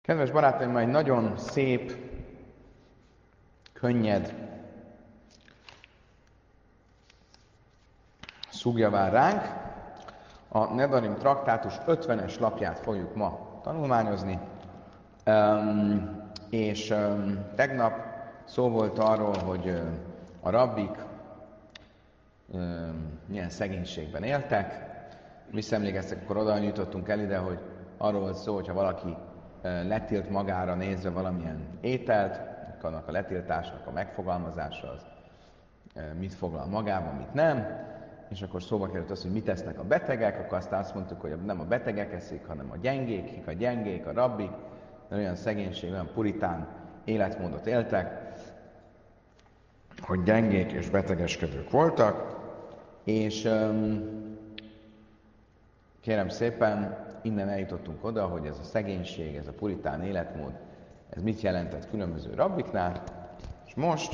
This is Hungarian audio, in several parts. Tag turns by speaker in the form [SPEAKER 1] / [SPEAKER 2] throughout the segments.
[SPEAKER 1] Kedves barátaim, ma egy nagyon szép, könnyed szugja vár ránk. A Nedarim traktátus 50-es lapját fogjuk ma tanulmányozni. Tegnap szó volt arról, hogy a rabbik milyen szegénységben éltek. Visszaemlékeztek, akkor oda jutottunk el ide, hogy arról volt szó, hogyha valaki letilt magára nézve valamilyen ételt, annak a letiltásnak a megfogalmazása az mit foglal magában, mit nem, és akkor szóba került az, hogy mit tesznek a betegek, akkor aztán azt mondtuk, hogy nem a betegek eszik, hanem a gyengék, a rabbik, olyan szegénység, olyan puritán életmódot éltek, hogy gyengék és betegeskedők voltak, és kérem szépen, innen eljutottunk oda, hogy ez a szegénység, ez a puritán életmód, ez mit jelentett különböző rabbiknál, és most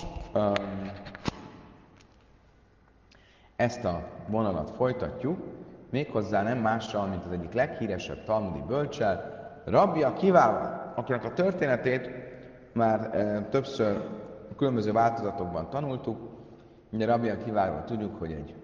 [SPEAKER 1] ezt a vonalat folytatjuk, méghozzá nem mással, mint az egyik leghíresebb talmudi bölccsel, Rabbi Akivával, akinek a történetét már többször különböző változatokban tanultuk. Ugye Rabbi Akiváról tudjuk, hogy egy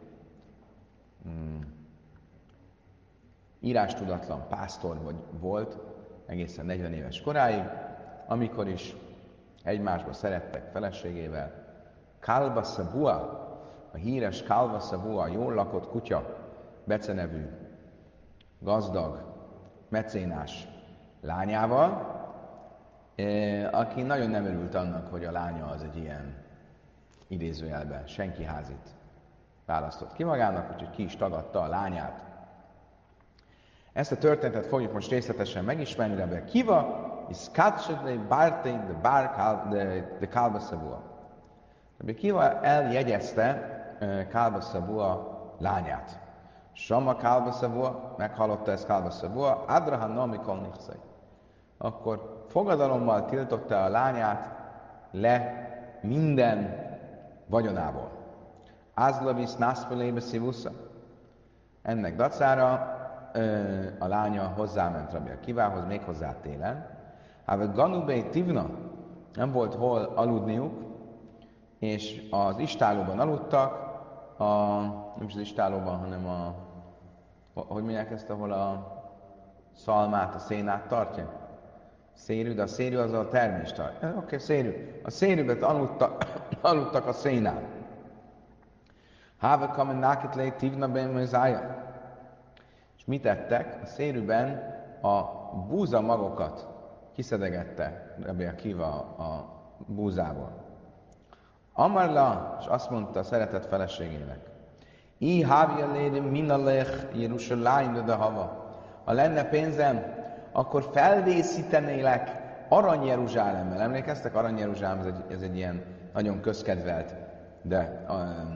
[SPEAKER 1] írástudatlan pásztor volt egészen 40 éves koráig, amikor is egymásba szerettek feleségével. Kalba Szabua, a híres Kalba Szabua, jól lakott kutya, Bece nevű gazdag, mecénás lányával, aki nagyon nem örült annak, hogy a lánya az egy ilyen idézőjelben senki házit választott ki magának, úgyhogy ki is tagadta a lányát. Ezt a történetet fogjuk most részletesen megismerni, de Kiva is Katsedlei Bártei de Kalba Szabua. Kiva eljegyezte Kalba Szabua lányát. Sama Kalba Szabua, meghallotta ezt Kalba Szabua, Adrahan Nomikol Nixai. Akkor fogadalommal tiltotta a lányát le minden vagyonából. Azlavis Nászpelébe Szivusza. Ennek dacára a lánya hozzáment Rabbi Akivához, méghozzá télen. Hát Ganubei Tivna, nem volt hol aludniuk, és az istálóban aludtak, nem is az istálóban, hanem hogy mondják ezt, ahol a szalmát, a szénát tartja? Szérű, de a szérű az a termést tartja. Oké, szérű. A szérűben aludtak a szénán. Háve kamen nákitlé Tivna ben mezája. És mit tettek? A szérűben a búza magokat kiszedegette Rabbi Akiva a búzából. Amarla, és azt mondta a szeretett feleségének, I hávja léri minalech Jeruzsáleim de hava. Ha lenne pénzem, akkor feldészítenélek Arany Jeruzsálemmel. Emlékeztek? Arany Jeruzsálem, ez egy ilyen nagyon közkedvelt, de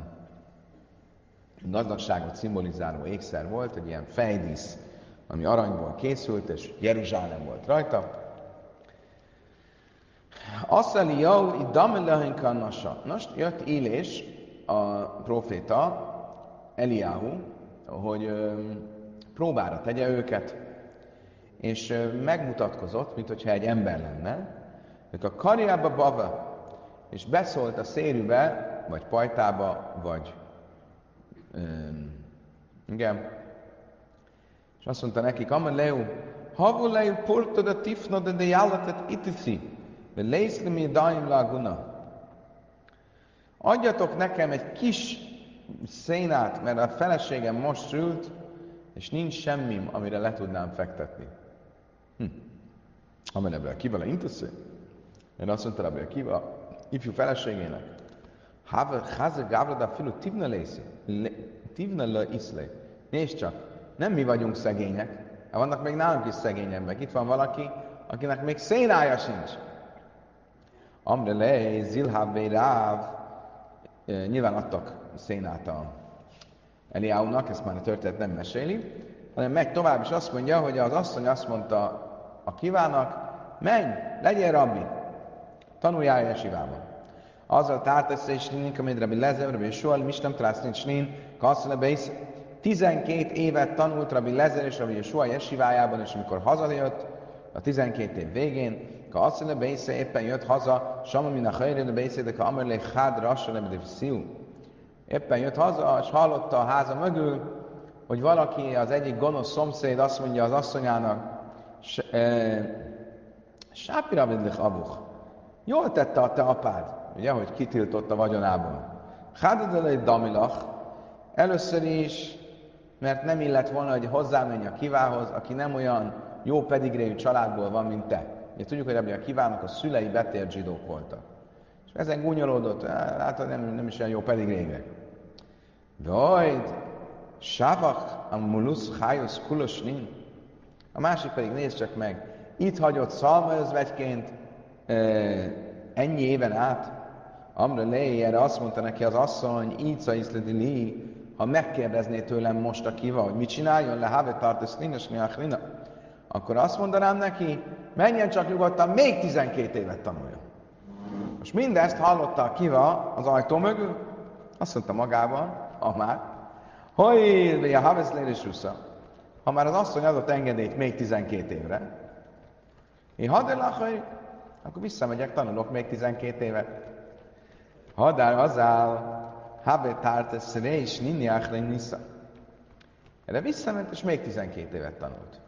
[SPEAKER 1] gazdagságot szimbolizáló ékszer volt, egy ilyen fejdísz, ami aranyból készült, és Jeruzsálem volt rajta. Asszali jau idamelehin kannasa. Most jött Élés, a proféta, Eliáhu, hogy próbára tegye őket, és megmutatkozott, mintha egy ember lenne, ők a karjába bava, és beszólt a szérűbe, vagy pajtába, vagy igen. És azt mondta nekik, Amaleu, havuleu portod a tifnod de jállatet itici, de lészli mi daim laguna. Adjatok nekem egy kis szénát, mert a feleségem most sült, és nincs semmim, amire le tudnám fektetni. Amelebben kivel a intuszé? Mert azt mondta Rabbi Akiva, ifjú feleségének, Háze Gávrada filu tivna lészi, tivna le iszlé. Nézd csak, nem mi vagyunk szegények, vannak még nálunk is szegényebbek. Itt van valaki, akinek még szénája sincs. Amre le, zilhábbé ráv. Nyilván adtak szénát a Eliáúnak, ezt már a történet nem meséli, hanem megy tovább, és azt mondja, hogy az asszony azt mondta Akivának, menj, legyél rabbi, tanuljál jesivában. Azzal tártasz és nincs, amit Rabbi Lezer, Rabbi Yeshua, Mistam Trászlin, Snin, Kasszalebész, 12 évet tanult Rabbi Lezer és Rabbi Yeshua jesivájában, és amikor hazajött, a 12 év végén, ha azt mondja, Bésze éppen jött haza, Sama min a hajrén, Bésze, de ha amerlé hád rassa, de szíú. Éppen jött haza, és hallotta a háza mögül, hogy valaki, az egyik gonosz szomszéd azt mondja az asszonyának, Sápira vidlich abuch. Jól tette a te apád, ugye, hogy kitiltott a vagyonából. Hádadel egy damilach, először is, mert nem illett volna, hogy hozzámenj a kivához, aki nem olyan jó pedigréjű családból van, mint te. Ugye tudjuk, hogy Rabbi Akivának a szülei betért zsidók voltak. És ezen gúnyolódott, látod, nem is olyan jó pedigréjűek. Vajt, Sávach, a mulusz, hájusz, kulosnin. A másik pedig nézd csak meg, itt hagyott szalmaözvegyként ennyi éven át, Amra Lei, erre azt mondta neki az asszony, Ica iszledili, ha megkérdezné tőlem most a kiva, hogy mit csináljon, le have tartesz linas miachlina, akkor azt mondanám neki, menjen csak nyugodtan, még 12 évet tanuljon. Most mindezt hallotta a kiva az ajtó mögül, azt mondta magában, hogy a haveszlér és rusza, ha már az asszony adott engedélyt még 12 évre, én hadelachaj, akkor visszamegyek, tanulok még 12 évet. Hadár azál, habe tártesz és ninni achlein nisza. Erre visszament, és még 12 évet tanult.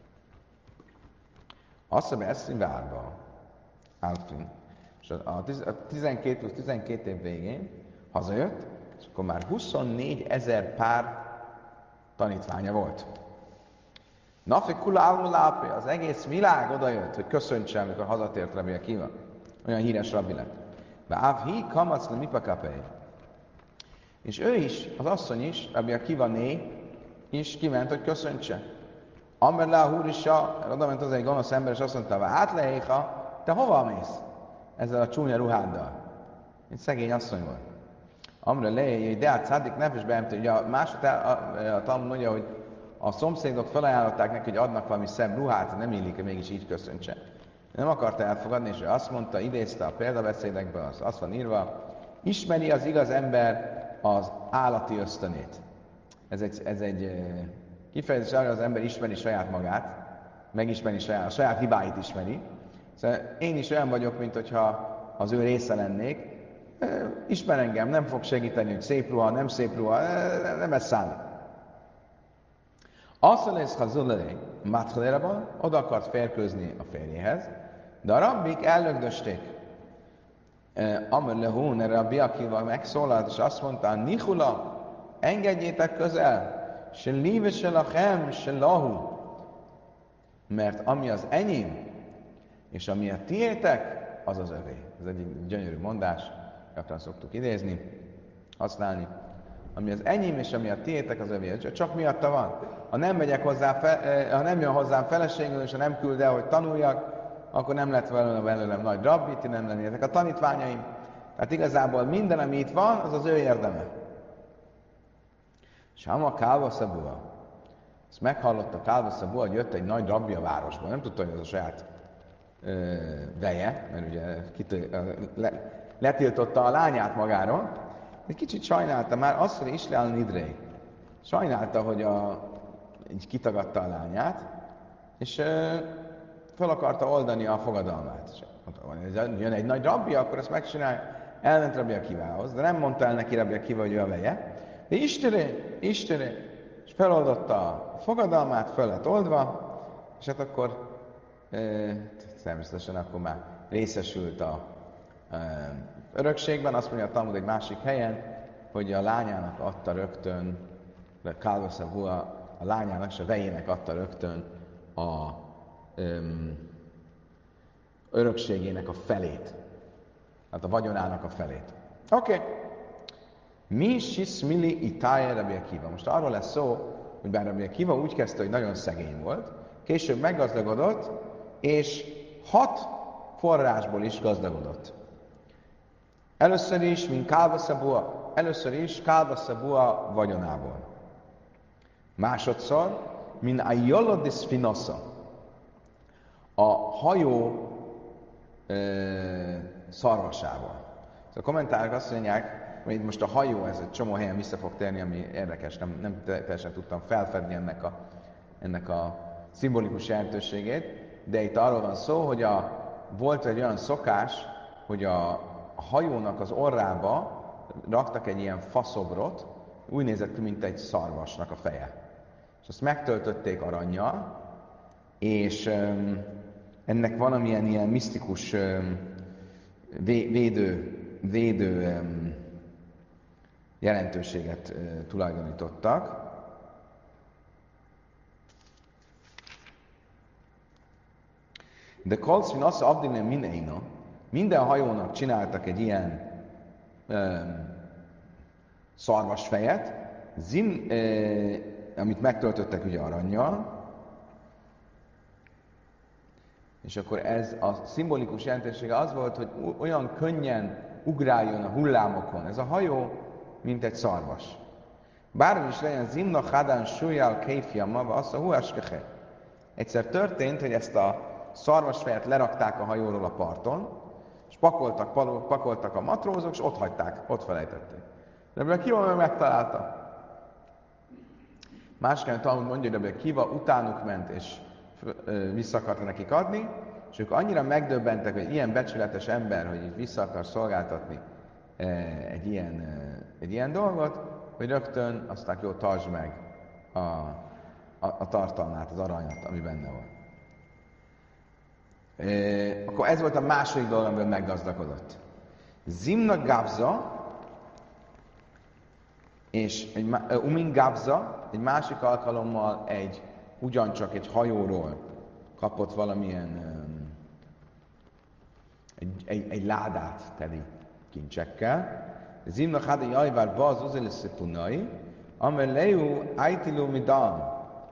[SPEAKER 1] Azt mondja, ezt várva, Alfin, és a 12 plusz 12 év végén hazajött, és akkor már 24 000 pár tanítványa volt. Nafi kula almulápi, az egész világ odajött, hogy köszöntse, amikor hazatért Rabbi Akiva. Olyan híres rabbi lett. Vávhi kamacna mipakapei. És ő is, az asszony is, Rabbi Akiva né, is kiment, hogy köszöntse. Amerle a húrisa, oda ment az egy gonosz ember, és azt mondta, átlehéha, te hova mész ezzel a csúnya ruháddal? Egy szegény asszony volt. Amre lehéj, de át szádik nefes beemtő. Ugye a másod a Talmud mondja, hogy a szomszédok felajánlották neki, hogy adnak valami szebb ruhát, nem illik, mégis így köszöntse. Nem akarta elfogadni, és ő azt mondta, idézte a példabeszédekből, azt van írva, ismeri az igaz ember az állati ösztönét. Ez egy kifejezés arra, az ember ismeri saját magát, megismeri a saját hibáit ismeri. Szóval én is olyan vagyok, mint hogyha az ő része lennék. Ismer engem, nem fog segíteni, hogy szép ruha, nem szép ruha, nem ez számít. Azt lesz hazulelé, Matchalérában, oda akart férkőzni a férjéhez, de a rabbik ellögdösték. Amr lehún, erre a Biakival megszólalt, és azt mondta, Nihula, engedjétek közel, se líve se lachem, se lahu, mert ami az enyém, és ami a tiétek, az az övé. Ez egy gyönyörű mondás, gyakran szoktuk idézni, használni. Ami az enyém, és ami a tiétek, az övé. Csak miatta van. Ha nem megyek hozzá, ha nem jön hozzám feleségül, és ha nem küld el, hogy tanuljak, akkor nem lett belőlem nagy rabbi, ti nem lennétek a tanítványaim. Tehát igazából minden, ami itt van, az az ő érdeme. Sama Kálva Szabua. Ezt meghallotta Kálva Szabua, hogy jött egy nagy rabbi a városból. Nem tudta, hogy az a saját veje, mert ugye letiltotta a lányát magáról. Egy kicsit sajnálta már azt, hogy Isleál Nidrei. Sajnálta, hogy így kitagadta a lányát, és fel akarta oldani a fogadalmát. És jön egy nagy rabbi, akkor ezt megcsinálja. Elment Rabbi Akivához, de nem mondta el neki Rabbi Akiva, hogy ő a veje. De Istené, és feloldotta a fogadalmát, fel lett oldva, és hát akkor természetesen akkor már részesült a örökségben. Azt mondja a Talmud egy másik helyen, hogy a lányának adta rögtön, Kálva Szabua, a lányának és a vejének adta rögtön a örökségének a felét. Hát a vagyonának a felét. Oké. Mi sismili itája Rabbi Akiva. Most arról lesz szó, hogy bár Rabbi Akiva úgy kezdte, hogy nagyon szegény volt, később meggazdagodott, és 6 forrásból is gazdagodott. Először is, mint Kálva Szabua. Először is Kálva Szabua vagyonából. Másodszor, mint a Jolodis Finosza. A hajó szarvasából. A kommentárok azt mondják, hogy most a hajó, ez egy csomó helyen vissza fog térni, ami érdekes, nem teljesen tudtam felfedni ennek a szimbolikus jelentőségét. de itt arról van szó, hogy volt egy olyan szokás, hogy a hajónak az orrába raktak egy ilyen faszobrot, úgy nézett ki, mint egy szarvasnak a feje. És azt megtöltötték arannyal, és ennek valamilyen ilyen misztikus védő jelentőséget tulajdonítottak. De kolszvin assza abdinem mineina, minden hajónak csináltak egy ilyen szarvasfejet, amit megtöltöttek ugye arannyal, és akkor ez a szimbolikus jelentősége az volt, hogy olyan könnyen ugráljon a hullámokon ez a hajó, mint egy szarvas. Bármi is legyen, zimna hadán súlyjal kéfja mava, azt a huáskehe. Egyszer történt, hogy ezt a szarvasfejet lerakták a hajóról a parton, és pakoltak a matrózok, és ott hagyták, ott felejtették. De ebből Kiva megtalálta. Másként Talmud mondja, hogy ebből Kiva utánuk ment, és vissza akarta nekik adni, és ők annyira megdöbbentek, hogy ilyen becsületes ember, hogy így vissza akar szolgáltatni egy ilyen dolgot, hogy rögtön aztán jó, tartsd meg a tartalmát, az aranyat, ami benne volt. Akkor ez volt a második dolog, amiben meggazdagodott. Zimna Gavza, és Umin Gavza, egy másik alkalommal ugyancsak egy hajóról kapott valamilyen egy ládát teli kincsekkel. Zimna Hada Jajvár Baz Uzeliszipunai, amely lejú Aitilu Midan.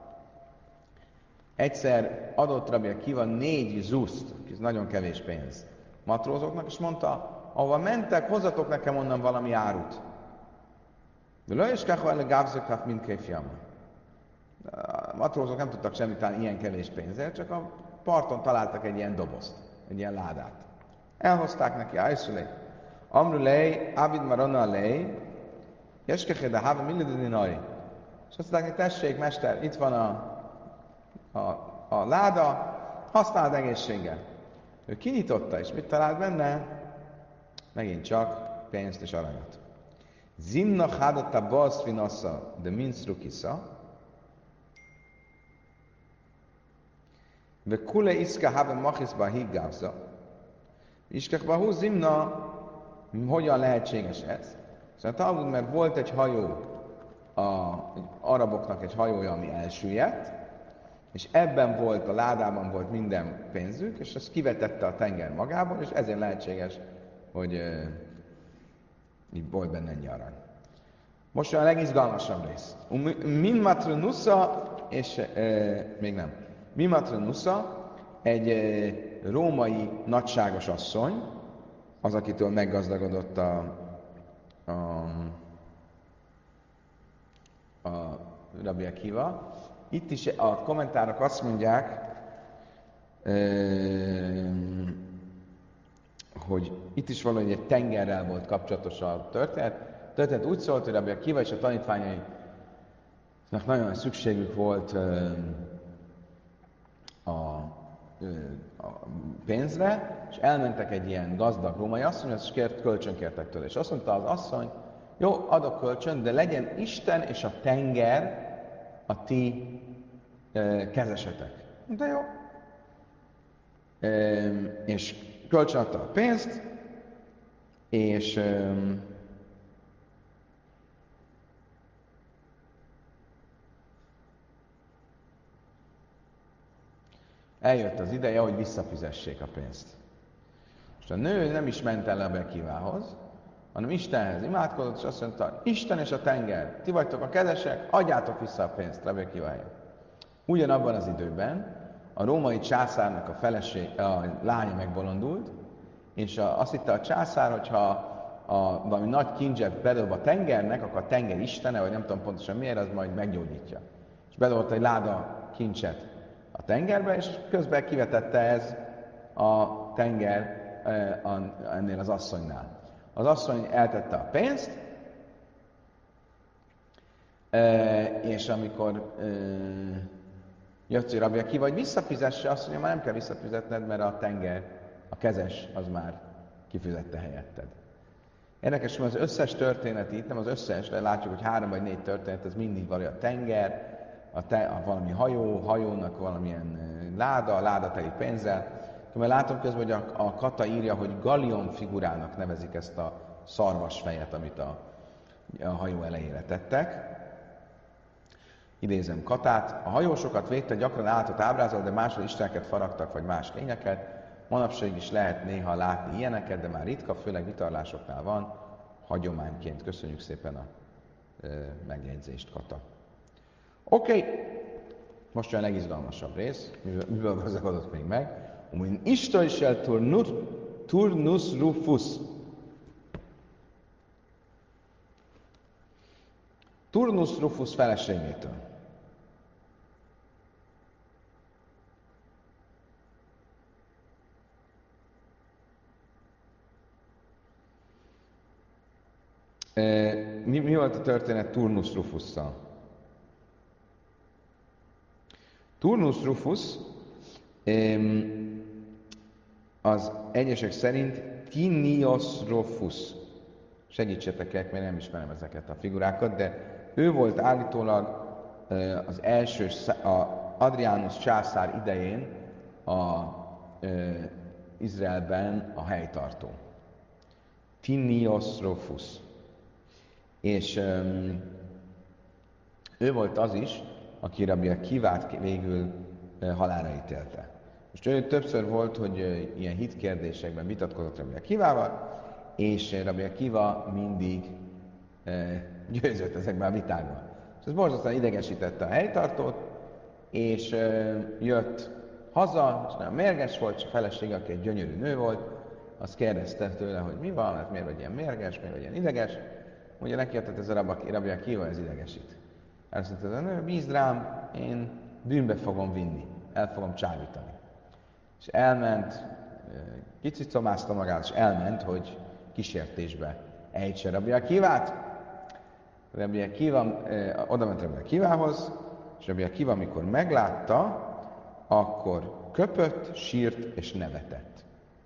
[SPEAKER 1] Egyszer adott Rabbi Akiva 4 zuszt, ez nagyon kevés pénz, matrózoknak, és mondta, ahova mentek, hozzatok nekem onnan valami árut. De le is kell le gávzökát mindkét fiam. A matrózok nem tudtak semmit találni ilyen kevés pénzért, csak a parton találtak egy ilyen dobozt, egy ilyen ládát. Elhozták neki, ájszulé. Amrulej, Abid Marona lej, Jeskeché de Háva Milledinai. És azt mondták, hogy tessék, mester, itt van a láda, használd egészséggel. Ő kinyitotta, és mit talált benne? Megint csak pénzt és aranyat. Zimna hádata balszvinasza, de minszrukisza. Ve kule iszka háve machiszba higgávza. Iskekba hú zimna, hogyan lehetséges ez? Szóval Talmud, mert volt egy hajó, araboknak egy hajója, ami elsüllyedt, és ebben volt, a ládában volt minden pénzük, és ezt kivetette a tenger magából, és ezért lehetséges, hogy így volt benne ennyi arany. Most a legizgalmasabb rész. Min matronusza, és még nem. Min matronusza, egy római nagyságos asszony, az, akitől meggazdagodott a Rabbi Akiva. Itt is a kommentárok azt mondják, hogy itt is valahogy egy tengerrel volt kapcsolatos a történet. A történet úgy szólt, hogy Rabbi Akiva és a tanítványainak nagyon szükségük volt a pénzre, és elmentek egy ilyen gazdag római asszonyhoz, és kölcsönkértek tőle. És azt mondta az asszony, jó, adok kölcsön, de legyen Isten és a tenger a ti kezesetek. De jó. És kölcsön adta a pénzt, és eljött az ideje, hogy visszafizessék a pénzt. És a nő nem is ment el Rabbi Akivához, hanem Istenhez imádkozott, és azt mondta, Isten és a tenger, ti vagytok a kezesek, adjátok vissza a pénzt Rabbi Akiváért. Ugyanabban az időben a római császárnak a lánya megbolondult, és azt hitte a császár, hogyha valami nagy kincset bedob a tengernek, akkor a tenger istene, vagy nem tudom pontosan miért, az majd meggyógyítja. És bedobott egy láda kincset a tengerbe, és közben kivetette ez a tenger ennél az asszonynál. Az asszony eltette a pénzt, és amikor Jötsz Rabbi Akiva, hogy visszafizesse, azt mondja, már nem kell visszafizetned, mert a tenger, a kezes, az már kifizette helyetted. Érdekes, hogy az összes történet itt, nem az összes, de látjuk, hogy 3 vagy 4 történet, ez mindig valami a tenger, valami hajónak valamilyen láda teli pénzzel. Mert látom közben, hogy a Kata írja, hogy galion figurának nevezik ezt a szarvasfejet, amit a hajó elejére tettek. Idézem Katát. A hajósokat védte, gyakran állatot ábrázol, de máshol isteneket faragtak, vagy más lényeket. Manapság is lehet néha látni ilyeneket, de már ritka, főleg vitorlásoknál van, hagyományként. Köszönjük szépen a megjegyzést, Kata. Oké, most jön a legizgalmasabb rész, mivel gazdagodott még meg. Umin Ista is el turnus rufus. Turnus rufus feleségétől. Mi volt a történet Turnus Rufusszal? Turnus Rufus az egyesek szerint Tinios Rufus. Segítsetek el, mert nem ismerem ezeket a figurákat, de ő volt állítólag az első, Adrianus császár idején Izraelben a helytartó. Tinios Rufus. És ő volt az is, aki Rabbi Akivát végül halálra ítélte. Most ő többször volt, hogy ilyen hitkérdésekben vitatkozott Rabbi Akivával, és Rabbi Akiva mindig győzött ezekben a vitákban. És ez borzasztóan idegesítette a helytartót, és jött haza, és nagyon mérges volt, és a felesége, aki egy gyönyörű nő volt, azt kérdezte tőle, hogy mi van, hát miért vagy ilyen mérges, miért vagy ilyen ideges. Ugye neki jött ez a Rabbi Akiva, ez idegesít. Azt mondta, hogy a nő, bízd rám, én bűnbe fogom vinni, el fogom csábítani. És elment, kicsit szomázta magát, és elment, hogy kísértésbe ejtse Rabbi Akivát. Rabbi Akiva oda ment Rabbi Akivához, és Rabbi Akiva, amikor meglátta, akkor köpött, sírt és nevetett.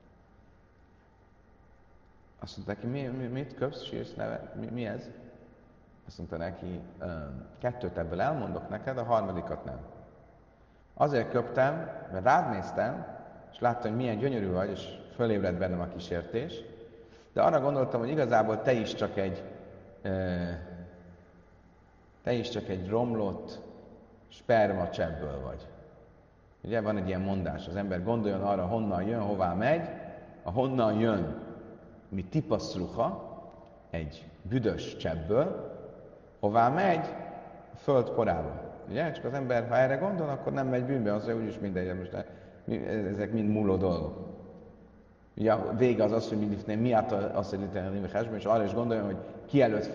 [SPEAKER 1] Azt mondta neki, mit köpsz, sírsz, nevet? Mi ez? Azt mondta neki, 2 ebből elmondok neked, a 3. nem. Azért köptem, mert rád néztem, és láttam, hogy milyen gyönyörű vagy, és fölébredt bennem a kísértés, de arra gondoltam, hogy igazából te is csak egy romlott spermacsebből vagy. Ugye van egy ilyen mondás, az ember gondoljon arra, honnan jön, hová megy, a honnan jön, mi tipaszruha, egy büdös csebből, hová megy, a föld porába. Ugye? Csak az ember, ha erre gondol, akkor nem megy bűnbe, az úgyis mindegy, most ezek mind múló dolgok. Ugye a vége az, hogy mindig miatt azt hogy és arra is gondoljon, hogy ki előtt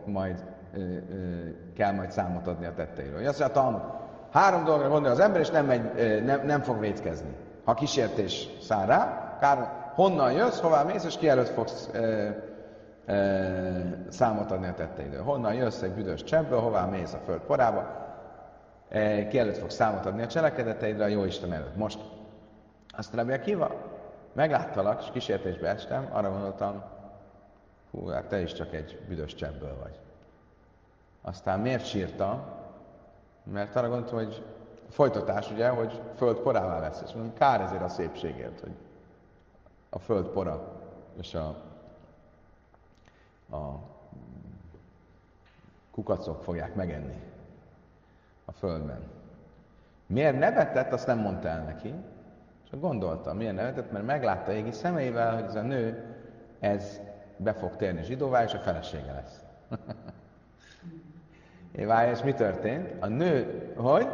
[SPEAKER 1] kell majd számot adni a tetteiről. Ugye azt mondja, Talmud, 3 dologra gondol az ember, és nem fog vétkezni. Ha kísértés száll rá, honnan jössz, hová mész, és ki előtt fogsz számot adni a tetteidől. Honnan jössz egy büdös csebből, hová mész a föld porába, ki előtt fogsz számot adni a cselekedeteidre, a Jóisten előtt. Most azt Rabbi Akiva, megláttalak, és kísértésbe estem, arra gondoltam, hát te is csak egy büdös csebből vagy. Aztán miért sírtam? Mert arra gondoltam, hogy folytatás, ugye, hogy föld porává lesz. És mondom, kár ezért a szépségért, hogy a föld pora és a kukacok fogják megenni a földben. Miért nevetett, azt nem mondta el neki. Csak gondoltam, miért nevetett, mert meglátta égi szemeivel, hogy ez a nő, ez be fog térni zsidóvá, és a felesége lesz. És mi történt? A nő, hogy?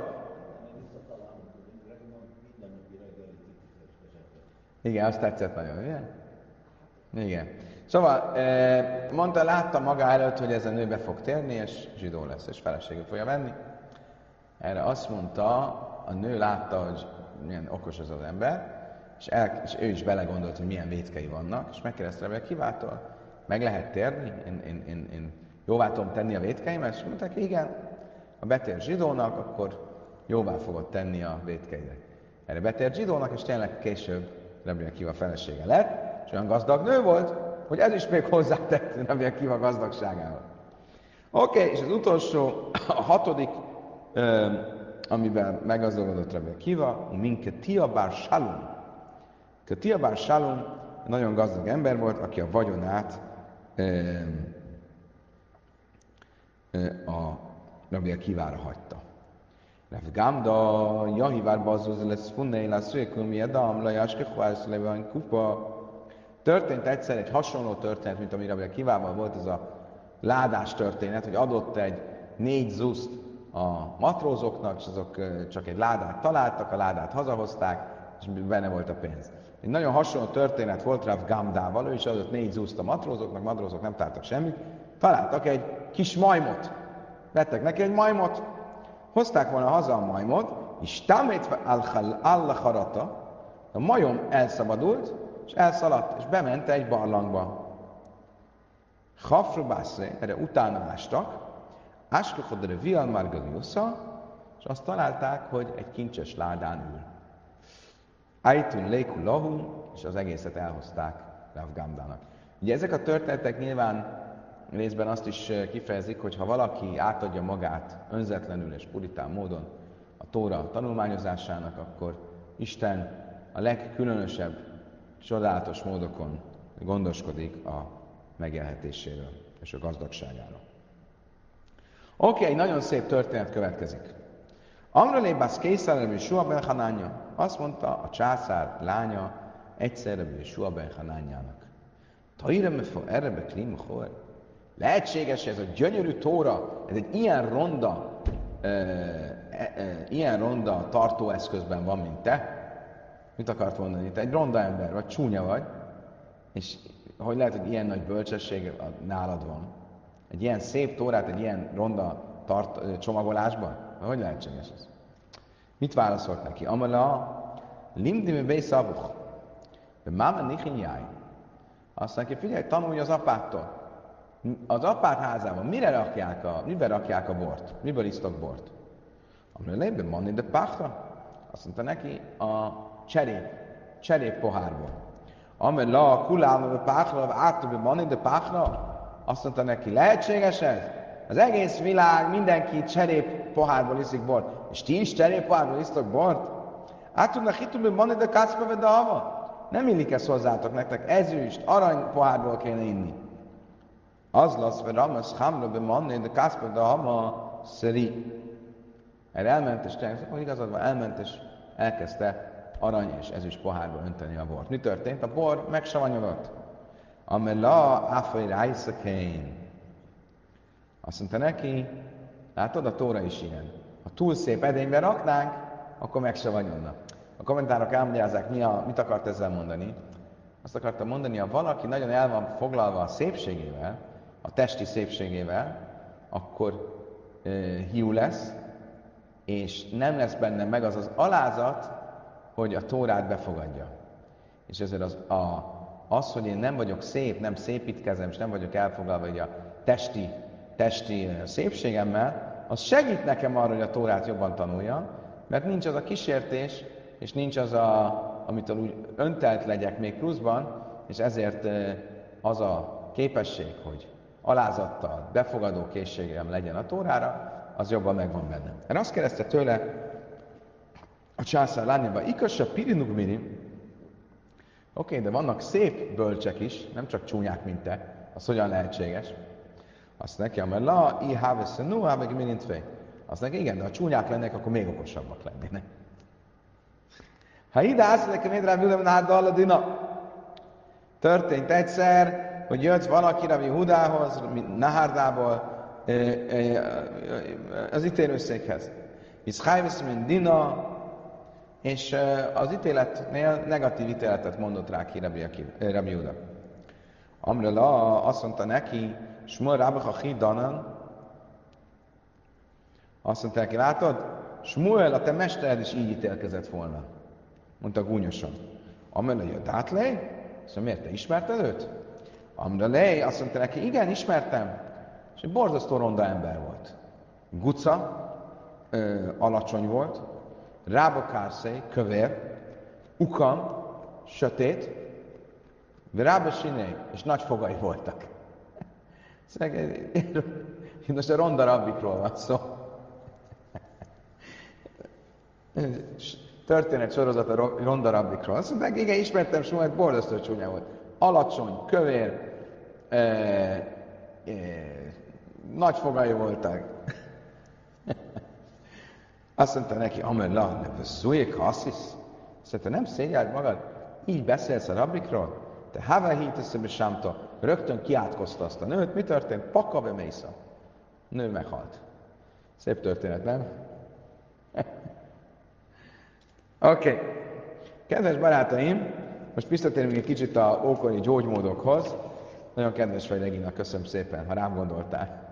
[SPEAKER 1] Igen, azt tetszett nagyon, ugye? Igen. Szóval mondta, látta maga előtt, hogy ez a nő be fog térni, és zsidó lesz, és feleségül fogja venni. Erre azt mondta, a nő látta, hogy milyen okos az az ember, és ő is belegondolt, hogy milyen vétkei vannak, és megkérdezte Rabbi Akivától, meg lehet térni? Én jóvá tudom tenni a vétkeimet? És mondták, igen, ha betér zsidónak, akkor jóvá fogod tenni a vétkeidet. Erre betért zsidónak, és tényleg később Rabbi Akiva felesége lett, és olyan gazdag nő volt, hogy ez is még hozzátett Rabbi Akiva gazdagságával. Oké, és az utolsó, a hatodik, amivel meggazdagodott Rabbi Akiva, minket Tia bar Shalom. Tia bar Shalom nagyon gazdag ember volt, aki a vagyonát a Rabbi Akivára hagyta. Rav Gamda, Jahivár Bazzuz lesz Funnei lesz Rékumi Edam, Lajáske Hvászlevan Kupa. Történt egyszer egy hasonló történet, mint ami Rabbi Akivával volt, ez a ládás történet, hogy adott egy 4 zuszt a matrózoknak, és azok csak egy ládát találtak, a ládát hazahozták, és benne volt a pénz. Egy nagyon hasonló történet volt Rav Gamdával, ő is adott 4 zuszt a matrózok nem találtak semmit, találtak egy kis majmot. Vettek neki egy majmot, hozták volna haza a majmot, és támétve al-harata, a majom elszabadult, és elszaladt, és bement egy barlangba. Hafrubászé, erre utána ástak, áskokodre vial margaliusza, és azt találták, hogy egy kincses ládán ül. Ájtun léku lahu, és az egészet elhozták Rav Gamdának. Ugye ezek a történetek nyilván részben azt is kifejezik, hogy ha valaki átadja magát önzetlenül és puritán módon a Tóra tanulmányozásának, akkor Isten a legkülönösebb, csodálatos módokon gondoskodik a megélhetéséről és a gazdagságáról. Oké, egy nagyon szép történet következik. Amrulé bász Készár Sua ben Hanánja. Azt mondta a császár lánya egyszerre Sua ben Hanányának. Tairem fa erre klimchor. Lehetséges, ez a gyönyörű Tóra, ez egy ilyen ronda tartóeszközben van, mint te. Mit akart mondani? Te egy ronda ember vagy, csúnya vagy, és hogy lehet, hogy ilyen nagy bölcsesség nálad van? Egy ilyen szép Tórát, egy ilyen ronda csomagolásban? Hogy lehetséges ez? Mit válaszolt neki? Amala, limdi mi beiszavuch, de máma nichinjáj. Azt mondja, figyelj, tanulj az apától. Az apád házában miben rakják a bort? Miből isztok bort? Amire lébben manni de páchra. Azt mondta neki a cserép pohárból. Amire la kulálma páchra, áttöbbi manni de páchra. Azt mondta neki, lehetséges ez? Az egész világ, mindenki cserép pohárból iszik bort. És ti is cserép pohárból isztok bort? Átudnak hitubbi manni de kászpa de hava? Nem illik ezt hozzátok nektek, ezüst, arany pohárból kéne inni. Az lesz, hogy Ramasz Hamra bemanni, de Kászper de Hama szeri. Erre elment, és igazad van, elment, és elkezdte arany és ezüst pohárba önteni a bort. Mi történt? A bor megsavanyodott. Amela áfai rájszakén. Azt mondta neki, látod, a Tóra is ilyen. Ha túl szép edénybe raknánk, akkor megsavanyodna. A kommentárok elmagyarázzák, mit akart ezzel mondani. Azt akarta mondani, ha valaki nagyon el van foglalva a szépségével, a testi szépségével, akkor hiú lesz, és nem lesz benne meg az alázat, hogy a Tórát befogadja. És ezért az, hogy én nem vagyok szép, nem szépítkezem, és nem vagyok elfoglalva hogy a testi szépségemmel, az segít nekem arra, hogy a Tórát jobban tanuljam, mert nincs az a kísértés, és nincs az amitől úgy öntelt legyek még pluszban, és ezért az a képesség, hogy alázattal, befogadó készségem legyen a Tórára, az jobban megvan bennem. Erre azt kérdezte tőle a császár lányába, ikassa pirinug miri. Oké, de vannak szép bölcsek is, nem csak csúnyák, mint te. Az hogyan lehetséges? Azt neki, mert la, i haveszenu, havegi mirint fej. Azt neki, igen, de ha csúnyák lennék, akkor még okosabbak lennének. Ha ide állsz nekem én rám Judám Nahárdalladina. Történt egyszer, hogy jött valaki Rabbi Hudához, Nahárdából, az ítélőszékhez. Iszhájvesz mint Dina, és az ítéletnél negatív ítéletet mondott rá ki Rabbi Huda. Amrela azt mondta neki, Smuel Rábach a Hidanan, azt mondta neki, látod, Smuel, a te mestered is így ítélkezett volna. Mondta gúnyosan. Amrela jött átlej, azt mondja, miért te ismerted őt? Amrelej, azt mondta neki, igen, ismertem. És egy borzasztó ronda ember volt. Guca, alacsony volt, Rábakárszé, kövér, Ukan, sötét, Rába Siné, és nagy fogai voltak. Most a ronda rabbikról van szó. Történet sorozat a ronda rabbikról. Azt mondták, igen, ismertem Smuelt, borzasztó csúnya volt. Alacsony, kövér, nagy fogai voltak. Azt mondta neki, Amellah, ne zújék asszisz. Azt mondta, nem szégyeld magad, így beszélsz a rabbikról? Te Havel hiteszem és Sámta, rögtön kiátkozta azt a nőt. Mi történt? Pakabe Mésza. Nő meghalt. Szép történet, nem? Oké. Kedves barátaim, most visszatérünk egy kicsit a ókori gyógymódokhoz. Nagyon kedves vagy, Regina, köszönöm szépen, ha rám gondoltál.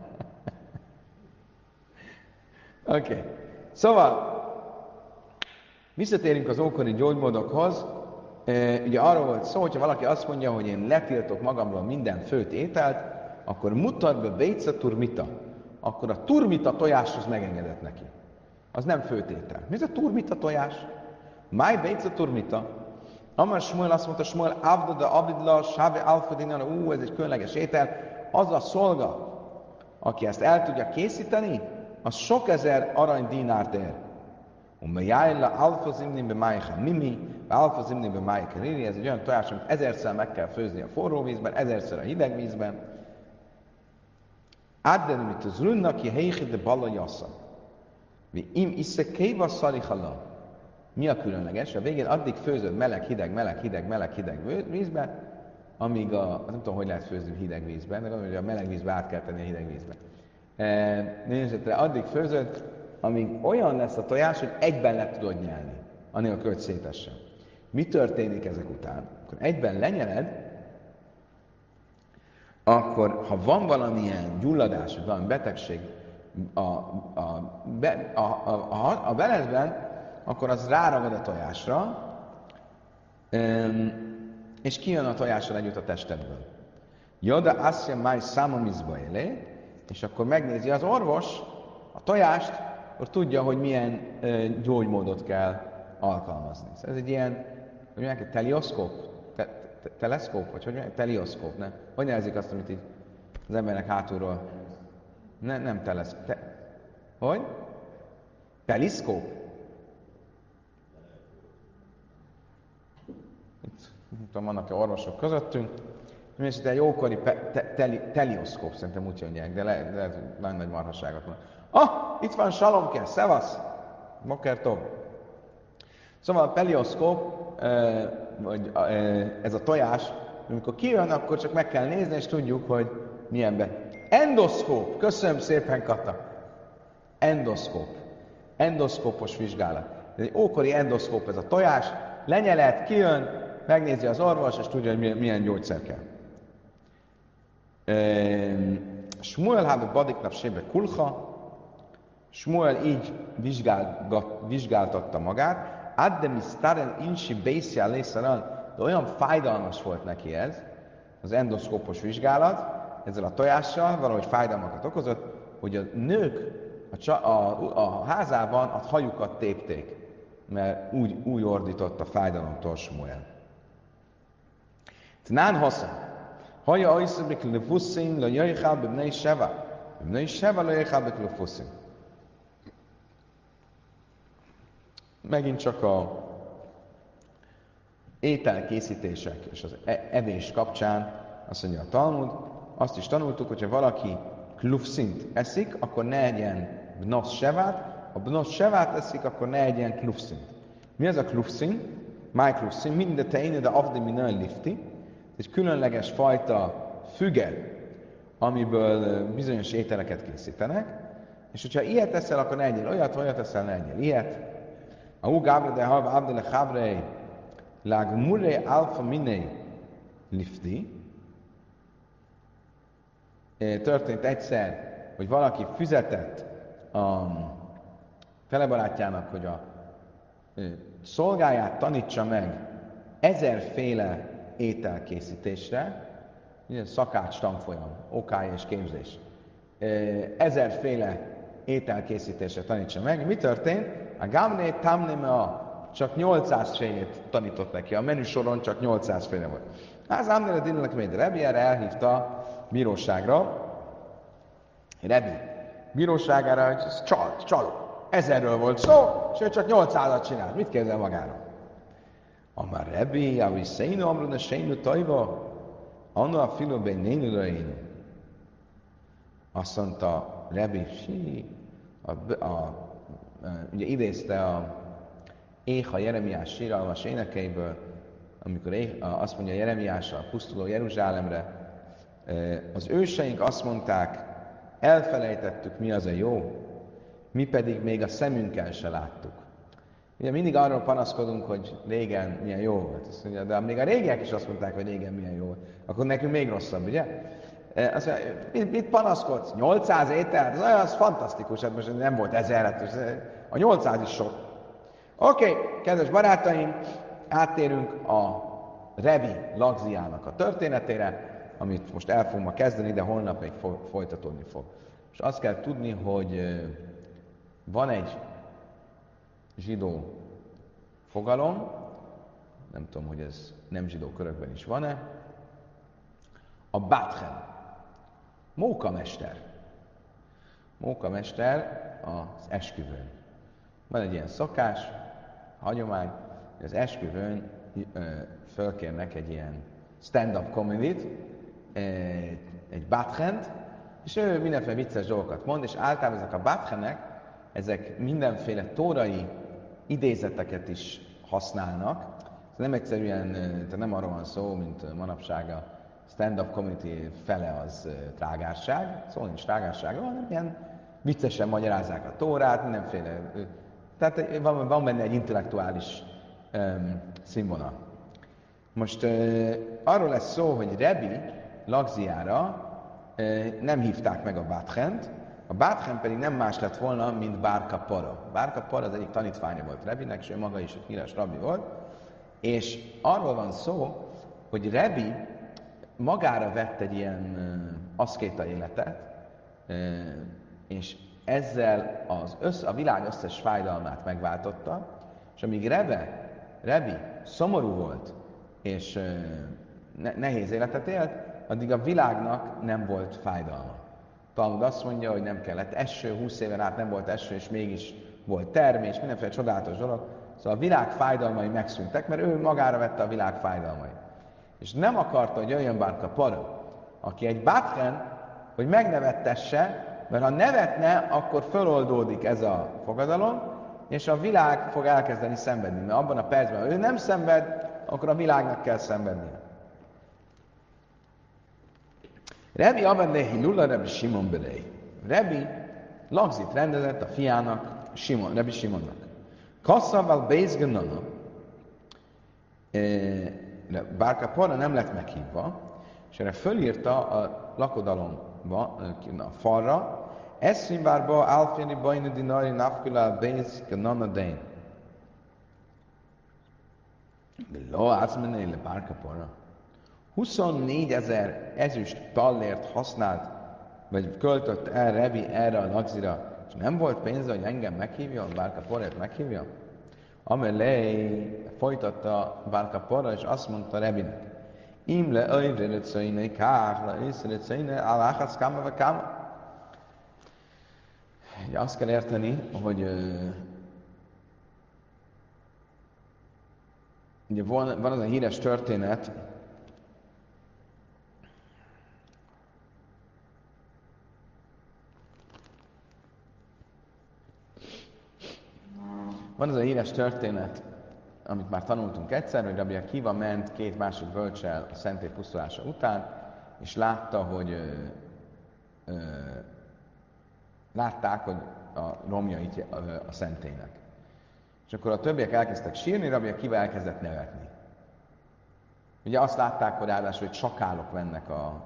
[SPEAKER 1] Oké. Szóval, visszatérünk az ókori gyógymódokhoz. Ugye arról volt szó, hogyha valaki azt mondja, hogy én letiltok magamról minden főt ételt, akkor mutat be béca turmita. Akkor a turmita tojás az megengedett neki. Az nem főt étel. Mi ez a turmita tojás? Máj béca turmita. Amar Smuel azt mondta, Smuel avda avidla, sáve alfadinan, ez egy különleges étel. Az a szolga, aki ezt el tudja készíteni, az sok ezer arany dinárt ér. Umajjájla alfa zimnin be májha mimi, alfa zimnin be májha riri, ez egy olyan tojás, amit ezerszer meg kell főzni a forró vízben, ezerszer a hideg vízben. Adden, mit az runnaki heichi de balla jassza. Mi im isze kéva szalihala. Mi a különleges? A végén addig főzöd meleg-hideg vízben, amíg nem tudom, hogy lehet főzni hideg vízben, de gondolom, hogy a meleg vízbe át kell tenni a hideg vízbe. Nézzetre, addig főzöd, amíg olyan lesz a tojás, hogy egyben le tudod nyelni, anélkül, hogy szétessen. Mi történik ezek után? Akkor egyben lenyeled, akkor ha van valamilyen gyulladás, vagy valami betegség a belezben, akkor az ráragad a tojásra, és kijön a tojással együtt a testedből. Joda asszja máj számomizba élé, és akkor megnézi az orvos a tojást, akkor tudja, hogy milyen gyógymódot kell alkalmazni. Ez egy ilyen, hogy mondják, telioszkóp? Teleszkóp? Vagy hogy mondják? Telioszkóp, ne? Hogy nevezik azt, amit így az embernek hátulról? Nem teleszkóp. Hogy? Teliszkóp? Itt, nem tudom, vannak-e orvosok közöttünk. És egy jókori telioszkóp, szerintem úgy mondják, de lehet, hogy nagyon nagy marhasságot mond. Itt van Salomke, szevasz! Mokertov! Szóval a telioszkóp, vagy ez a tojás, amikor kijön, akkor csak meg kell nézni, és tudjuk, hogy milyen be. Endoszkóp! Köszönöm szépen, Kata! Endoszkóp. Endoszkópos vizsgálat. Ez egy ókori endoszkóp, ez a tojás. Lenyeled, kijön, megnézi az orvos, és tudja, hogy milyen gyógyszer kell. Smuel hábe badiknap sébe kulha. Smuel így vizsgáltatta magát. Addemi staren insi beiszi alészaran. De olyan fájdalmas volt neki ez, az endoszkópos vizsgálat, ezzel a tojással valahogy fájdalmakat okozott, hogy a nők a házában a hajukat tépték, mert úgy ordított a fájdalomtól Smuel. Tnán hosszan. Haja ajszabik lefuszin, le jöjjjel bebnei seva. Bebnei seva le jöjjjel bek lefuszin. Megint csak a ételkészítések és az evés kapcsán azt mondja a Talmud, azt is tanultuk, hogyha valaki klufszint eszik, akkor ne egyen bnosz sevát, ha bnosz sevát eszik, akkor ne egyen klufszint. Mi ez a klufszin? Máj klufszin, minden teine, de afdi minőn lifti. Egy különleges fajta füge, amiből bizonyos ételeket készítenek, és hogyha ilyet eszel, akkor ne egyél olyat, ha olyat eszel, ne egyél ilyet. A ugábra de halva abdele chábrei lágmuré alfa miné lifti. Történt egyszer, hogy valaki fizetett a felebarátjának, hogy a szolgáját tanítsa meg 1000 féle ételkészítésre, szakács tanfolyam, okály és képzés. 1000 féle ételkészítésre tanítsa meg. Mi történt? A Gamné Tamnimea csak 800 fényt tanított neki. A menüsoron csak 800 féle volt. Az Amnére Dinnak még Rebi erre elhívta bíróságra. Rebi bíróságára, hogy ez csal. 1000-ről volt szó, és ő csak 800-at csinált. Mit képzel magára? Amár Rebi, avi Seinu, amruna Seinu tajva, anna a filóben nénulainu. Azt mondta Rebi, ugye idézte a Éha Jeremiás síralmas énekeiből, amikor azt mondja Jeremiás a pusztuló Jeruzsálemre, az őseink azt mondták, elfelejtettük, mi az a jó, mi pedig még a szemünkkel se láttuk. Ugye mindig arról panaszkodunk, hogy régen milyen jó volt. Azt mondja, de még a régiek is azt mondták, hogy régen milyen jó volt. Akkor nekünk még rosszabb, ugye? Azt mondja, mit panaszkodsz? 800 étel? Az fantasztikus, hát most nem volt 1000, a 800 is sok. Oké, kedves barátaim, áttérünk a Rebi Lagziának a történetére, amit most el fogunk ma kezdeni, de holnap még folytatódni fog. És azt kell tudni, hogy van egy zsidó fogalom, nem tudom, hogy ez nem zsidó körökben is van-e, a Batchen, mókamester. Mókamester az esküvőn. Van egy ilyen szokás, hagyomány, hogy az esküvőn fölkérnek egy ilyen stand-up comedy-t, egy Batchent, és ő mindenféle vicces dolgokat mond, és általában ezek a Batchenek, ezek mindenféle tórai idézeteket is használnak. Ez nem egyszerűen, tehát nem arról van szó, mint manapság a stand-up comedy fele az trágárság, szóval nincs trágársága, hanem ilyen viccesen magyarázzák a tórát, mindenféle, tehát van benne egy intellektuális színvonal. Most arról lesz szó, hogy Rebi Lagziára nem hívták meg a Batchent, a Batchen pedig nem más lett volna, mint Bar Kapara. Bar Kapara az egyik tanítványa volt Rebinek, és ő maga is egy híres rabbi volt, és arról van szó, hogy Rebi magára vett egy ilyen aszkéta életet, és ezzel a világ összes fájdalmát megváltotta, és amíg Rebi szomorú volt, és nehéz életet élt, addig a világnak nem volt fájdalma. Talmud azt mondja, hogy nem kellett eső, 20 éven át nem volt eső, és mégis volt termés, mindenféle csodálatos dolog. Szóval a világ fájdalmai megszűntek, mert ő magára vette a világ fájdalmait. És nem akarta, hogy jöjjön Bar Kapara, aki egy Batchen, hogy megnevettesse, mert ha nevetne, akkor föloldódik ez a fogadalom, és a világ fog elkezdeni szenvedni. Mert abban a percben, ha ő nem szenved, akkor a világnak kell szenvednie. Rebi Abadnehi Lula Rebi Simon Berei. Rebi lagzit rendezett a fiának, Rebi Simonnak. Kasszavval Bézgenana, Bar Kapara nem lett meghívva, és erre fölírta a lakodalomba, a falra, Eszimvárba Alfini Bajni Dinari Nafkula Bézgenana Dén. Lo Ácmené le Bar Kapara. 24 000 ezüst tallért használt, vagy költött el Rebi erre a lagzira, és nem volt pénze, hogy engem meghívjon, Bar Kaporát meghívjon? Amelé folytatta Bar Kapora, és azt mondta Rebinek, Imle öjvredecöjne, káhla, észredecöjne, aláhatsz káma vagy káma. Azt kell érteni, hogy ugye van az a híres történet, van az a híres történet, amit már tanultunk egyszer, hogy Rabbi Akiva ment két másik bölccsel a szentély pusztulása után, és látta, hogy látták, hogy a romjait a szentélynek. És akkor a többiek elkezdtek sírni, Rabbi Akiva elkezdett nevetni. Ugye azt látták, hogy ráadásul, hogy sakálok mennek a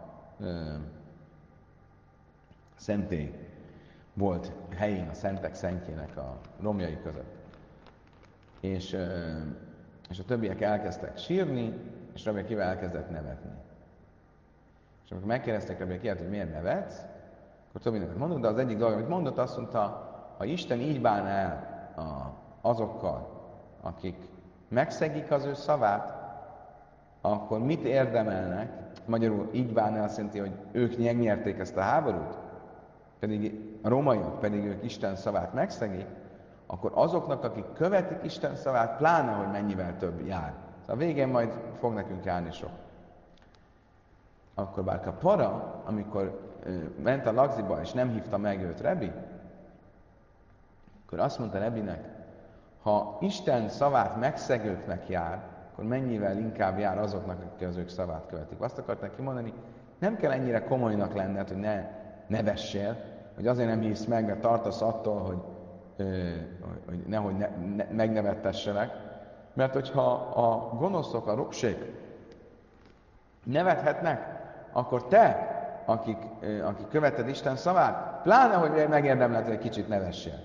[SPEAKER 1] szentély volt helyén, a szentek szentjének a romjai között. És a többiek elkezdtek sírni, és Rabbi Akiva elkezdett nevetni. És amikor megkérdezték Rabbi Akivát, hogy miért nevetsz, Akkor több mindent mondott, de az egyik dolog, amit mondott, azt mondta, ha Isten így bán el azokkal, akik megszegik az ő szavát, akkor mit érdemelnek? Magyarul így bán el azt jelenti, hogy ők megnyerték ezt a háborút, pedig a rómaiak, pedig ők Isten szavát megszegik, akkor azoknak, akik követik Isten szavát, pláne, hogy mennyivel több jár. Szóval a végén majd fog nekünk járni sok. Akkor bár a para, amikor ment a lagziba, és nem hívta meg őt Rebi, akkor azt mondta Rebinek, ha Isten szavát megszegőknek jár, akkor mennyivel inkább jár azoknak, akik az ők szavát követik. Azt akart neki mondani, nem kell ennyire komolynak lenned, hogy ne nevessél, hogy azért nem hívsz meg, mert tartasz attól, hogy nehogy megnevettessenek. Mert hogyha a gonoszok, a roksék nevethetnek, akkor te, akik követed Isten szavát, pláne, hogy megérdemled, hogy egy kicsit nevessél.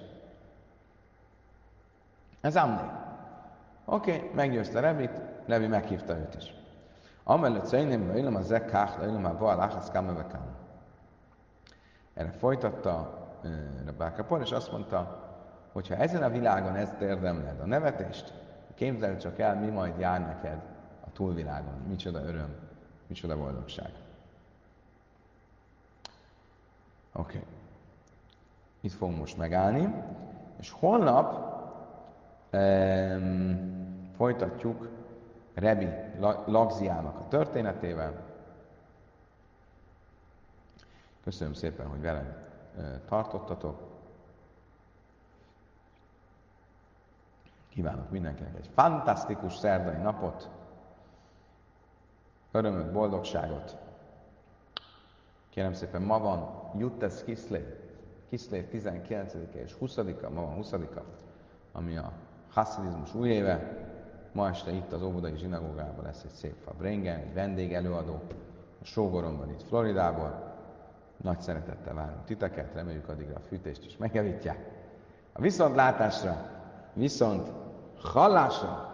[SPEAKER 1] Ez Amné. Oké, meggyőzte Rebit, Rebi meghívta őt is. Amellett szeriném, leülöm a zekkách, leülöm a baláhász kámövekám. Erre folytatta Rabákapor, és azt mondta, hogy ha ezen a világon ezt érdemled, a nevetést, képzeld csak el, mi majd jár neked a túlvilágon. Micsoda öröm, micsoda boldogság. Oké. Itt fogunk most megállni, és holnap folytatjuk Rebi Lagziának a történetével. Köszönöm szépen, hogy velem tartottatok. Kívánok mindenkinek egy fantasztikus szerdai napot, örömöt, boldogságot. Kérem szépen, ma van Juttes Kislev 19-e és 20-a, ma van 20-a, ami a hasszidizmus új éve. Ma este itt az Óbudai zsinagógában lesz egy szép fabrengen, egy vendégelőadó, a sógoromban itt Floridából. Nagy szeretettel várunk titeket, reméljük addigra a fűtést is megjavítják. A viszontlátásra, viszont hallásra!